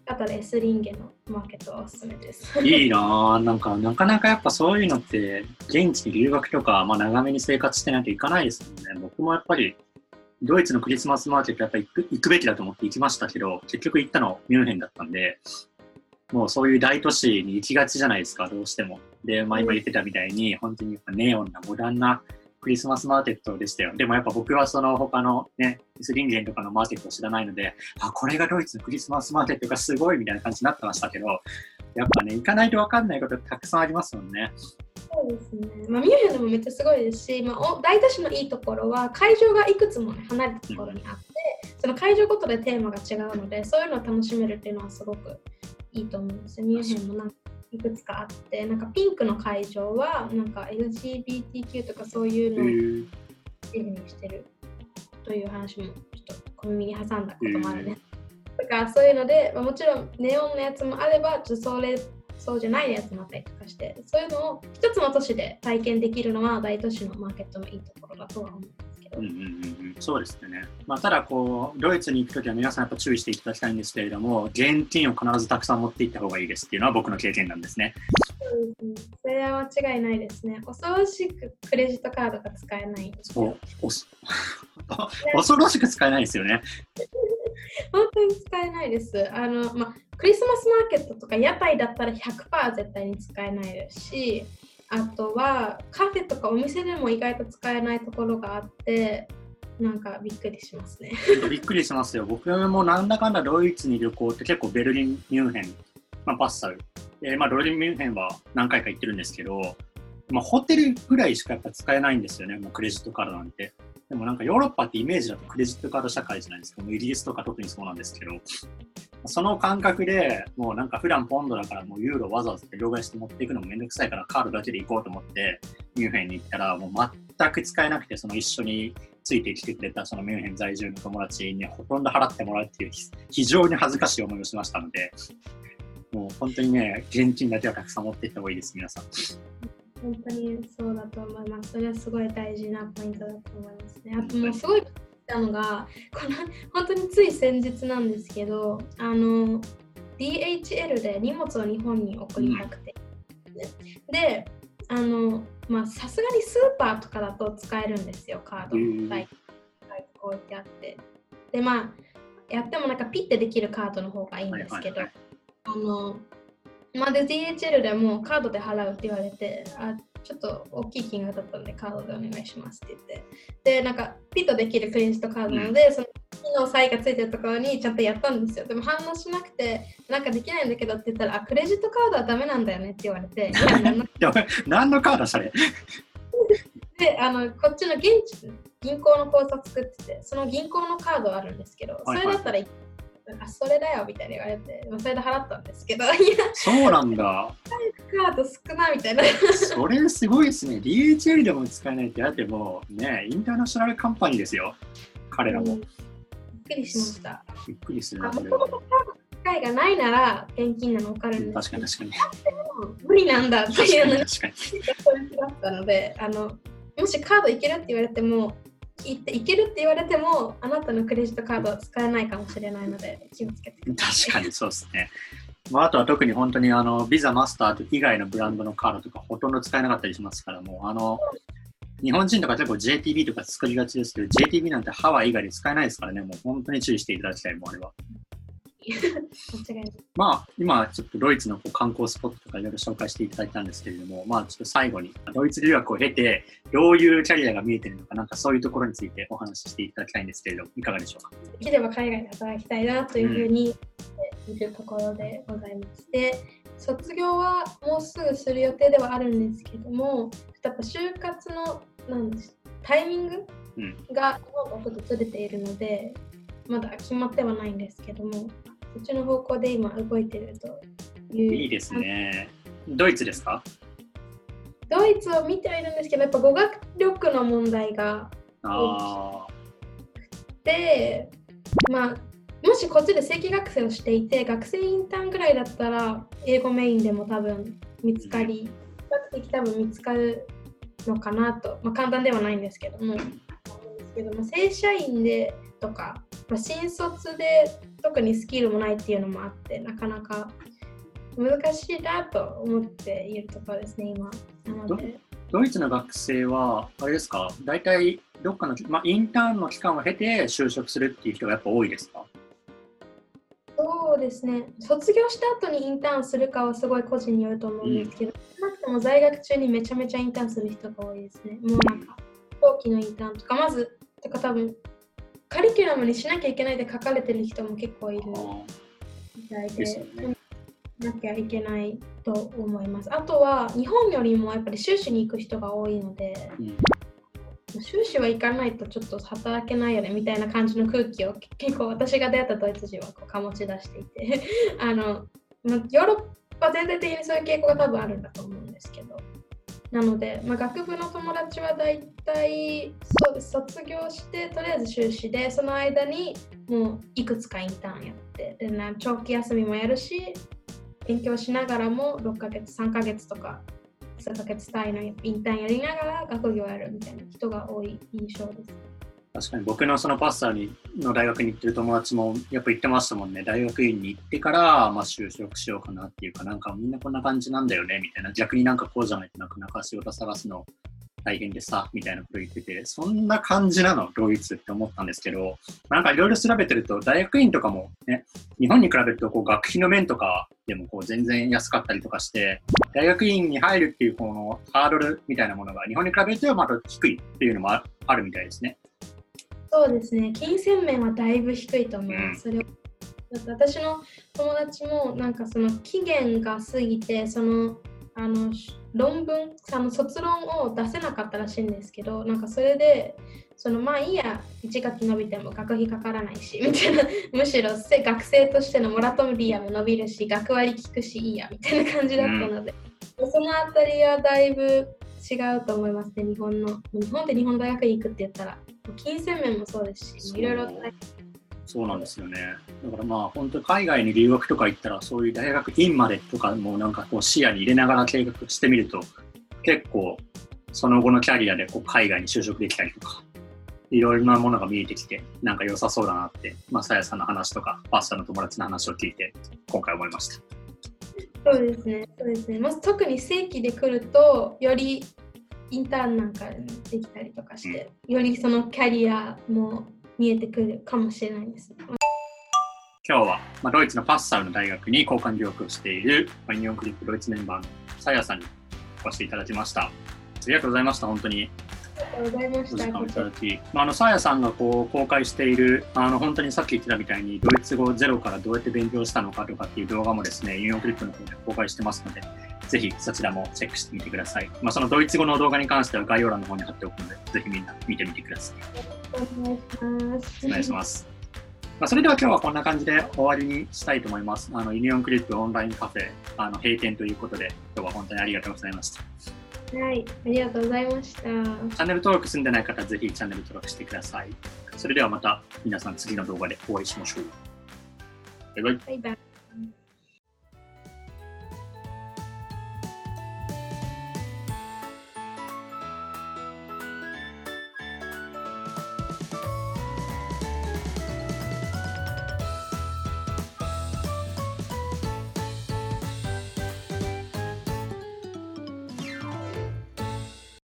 あとは S リンゲのマーケットはおすすめです。 いいなぁ。なんか、なかなかやっぱそういうのって、現地に留学とか、まあ長めに生活してないといかないですもんね。僕もやっぱり、ドイツのクリスマスマーケットやっぱり行く、行くべきだと思って行きましたけど、結局行ったのミュンヘンだったんで、もうそういう大都市に行きがちじゃないですか、どうしても。で、まあ今言ってたみたいに、本当にやっぱネオンなモダンなクリスマスマーケットでしたよ。でもやっぱ僕はその他のね、スリンゲンとかのマーケットを知らないので、あ、これがドイツのクリスマスマーケットがすごいみたいな感じになってましたけど、やっぱね、行かないと分かんないことたくさんありますもんね。 そうですね。まあ、ミュンヘンでもめっちゃすごいですし、まあ、大都市のいいところは会場がいくつも、ね、離れたところにあって、うん、その会場ごとでテーマが違うので、そういうのを楽しめるっていうのはすごくいいと思うんですよ。ミュンヘンもなんかいくつかあって、なんかピンクの会場はなんか エルジービーティーキュー とかそういうのをディズニーしてるという話もちょっと小耳に挟んだこともあるね。だからそういうので、まあ、もちろんネオンのやつもあれば、ちょっとそれそうじゃないやつもあったりとかして、そういうのを一つの都市で体験できるのは大都市のマーケットのいいところだとは思うんですけど。 うんうんうん、そうですね。まあ、ただこう、ドイツに行くときは皆さんやっぱ注意していただきたいんですけれども、現金を必ずたくさん持っていった方がいいですっていうのは僕の経験なんですね。 そうですね。それは間違いないですね。恐ろしくクレジットカードが使えないんですよ。 恐ろしく使えないですよね。 本当に使えないです。あの、まあ、クリスマスマーケットとか屋台だったら ひゃくパーセント 絶対に使えないですし、あとはカフェとかお店でも意外と使えないところがあって、なんかびっくりしますね。 びっくりしますよ。僕もなんだかんだドイツに旅行って結構ベルリン、ミュンヘン、まあ、パッサル、えーまあ、ベルリン、ミュンヘンは何回か行ってるんですけど、まあ、ホテルぐらいしかやっぱ使えないんですよね、もうクレジットカードなんて。でもなんかヨーロッパってイメージだとクレジットカード社会じゃないですか。もうイギリスとか特にそうなんですけど、その感覚でもうなんか普段ポンドだからもうユーロわざわざ両替して持っていくのもめんどくさいからカードだけで行こうと思ってミュンヘンに行ったらもう全く使えなくて、その一緒についてきてくれたそのミュンヘン在住の友達にほとんど払ってもらうっていう非常に恥ずかしい思いをしましたので、もう本当にね、現金だけはたくさん持っていった方がいいです、皆さん。 本当にそうだと思います。それはすごい大事なポイントだと思いますね。あともうすごいたのがこの本当につい先日なんですけど、あの ディーエイチエル で荷物を日本に送りたくて、うん、で、あのまあさすがにスーパーとかだと使えるんですよ、カードが大体置いてあって、でまあやってもなんかピッてできるカードの方がいいんですけど、はいはいはい、あのまあ、で ディーエイチエル でもカードで払うって言われて、あ、ちょっと大きい金額だったのでカードでお願いしますって言って、で、なんかピッとできるクレジットカードなので、うん、その機能サインがついてるところにちゃんとやったんですよ。でも反応しなくて、なんかできないんだけどって言ったら、あ、クレジットカードはダメなんだよねって言われて、いや、何の何のカードそれで、あの、こっちの現地、銀行の口座作ってて、その銀行のカードあるんですけど、それだったら、はいはい、あ、それだよみたいに言われて、それで払ったんですけど、いや、 そうなんだ。 カード少ないみたいな。 それすごいですね。ディーエイチエル でも使えないって、だってもうね、インターナショナルカンパニーですよ、彼らも。うん、びっくりしました。 びっくりするな。 もともとカードの機会がないなら、現金なの分かるんですけど、 確かに確かに。無理なんだっていうのに、 確かに。 そういう気だったので、あの、もしカードいけるって言われても、い, いけるって言われてもあなたのクレジットカードは使えないかもしれないので気をつけてください。 確かにそうですね。まあ、あとは特に本当にあのビザマスター以外のブランドのカードとかほとんど使えなかったりしますから、もうあの日本人とか結構 ジェーティービー とか作りがちですけど ジェーティービー なんてハワイ以外で使えないですからね。もう本当に注意していただきたい、もうあれは。 間違いない。 まあ今ちょっとドイツのこう観光スポットとかいろいろ紹介していただいたんですけれども、まあちょっと最後にドイツ留学を経てどういうキャリアが見えているのか、なんかそういうところについてお話ししていただきたいんですけれども、いかがでしょうか。 できれば海外で働きたいなというふうにいるところでございまして、うん、卒業はもうすぐする予定ではあるんですけども、やっぱ就活のなんですタイミングがちょっとずれているので、まだ決まってはないんですけども、そっちの方向で今動いているという。 いいですね。ドイツですか？ ドイツを見てはいるんですけど、やっぱ語学力の問題が大きくて、まあ、もしこっちで正規学生をしていて、学生インターンぐらいだったら、英語メインでも多分見つかり、比較的多分見つかるのかなと、まあ、簡単ではないんですけども、ですけども正社員でとかまあ、新卒で特にスキルもないっていうのもあって、なかなか難しいなと思っているところですね、今。なのでドイツの学生は、あれですか、大体どっかの、まあ、インターンの期間を経て就職するっていう人がやっぱ多いですか？ そうですね、卒業した後にインターンするかはすごい個人によると思うんですけど、少なくとも在学中にめちゃめちゃインターンする人が多いですね。もうなんか、長期のインターンとか、まず、とか多分、カリキュラムにしなきゃいけないで書かれてる人も結構いるみたいで、 ですよね。 なきゃいけないと思います。あとは、日本よりもやっぱり修士に行く人が多いので、 うん修士は行かないとちょっと働けないよねみたいな感じの空気を結構私が出会ったドイツ人はこう醸し出していてあのヨーロッパ全体的にそういう傾向が多分あるんだと思うんですけど、なので、まあ、学部の友達はだいたいそうです、卒業してとりあえず修士で、その間にもういくつかインターンやってで、ね、長期休みもやるし勉強しながらもろっかげつさんかげつとか数ヶ月単位のインターンやりながら学業やるみたいな人が多い印象です。 確かに僕のそのパッサーにの大学に行ってる友達もやっぱ言ってましたもんね。大学院に行ってから、まあ、就職しようかなっていうか、なんかみんなこんな感じなんだよねみたいな、逆になんかこうじゃないとなかなか仕事探すの大変でさみたいなこと言ってて、そんな感じなのドイツって思ったんですけど、なんかいろいろ調べてると大学院とかもね、日本に比べるとこう学費の面とかでもこう全然安かったりとかして、大学院に入るっていうこのハードルみたいなものが日本に比べるとまた低いっていうのもあるみたいですね。 そうですね、金銭面はだいぶ低いと思います。うん、それを私の友達もなんかその期限が過ぎてそのあの論文あの卒論を出せなかったらしいんですけど、なんかそれでそのまあいいやいち学期伸びても学費かからないしみたいな、むしろ学生としてのモラトリアも伸びるし学割効くしいいやみたいな感じだったので、うん、そのあたりはだいぶ違うと思いますね。日本の日本で日本大学に行くって言ったら金銭面もそうですし、いろいろそうなんですよね。だからまあ本当に海外に留学とか行ったらそういう大学院までとかもなんかこう視野に入れながら計画してみると結構その後のキャリアでこう海外に就職できたりとかいろいろなものが見えてきてなんか良さそうだなって、まあ、さやさんの話とかパスタの友達の話を聞いて今回思いました。 そうですね、そうですね。まず特に正規で来るとよりインターンなんかできたりとかして、うん、よりそのキャリアも見えてくるかもしれないです。 今日は、まあ、ドイツのパッサルの大学に交換留学をしている、まあ、ユニオンクリップドイツメンバーのさやさんにお越しいただきました。ありがとうございました。本当にありがとうございました。お時間をいただき、まあ、あのさやさんがこう公開しているあの本当にさっき言ってたみたいにドイツ語ゼロからどうやって勉強したのかとかっていう動画もですねユニオンクリップの方で公開してますので、ぜひそちらもチェックしてみてください。まあ、そのドイツ語の動画に関しては概要欄の方に貼っておくので、ぜひみんな見てみてください。 お願いします。 お願いします。まあ、それでは今日はこんな感じで終わりにしたいと思います。あのユニオンクリップオンラインカフェあの閉店ということで、今日は本当にありがとうございました。 はい、ありがとうございました。チャンネル登録済んでない方はぜひチャンネル登録してください。それではまた皆さん次の動画でお会いしましょう。バイバイ。 バイバイ。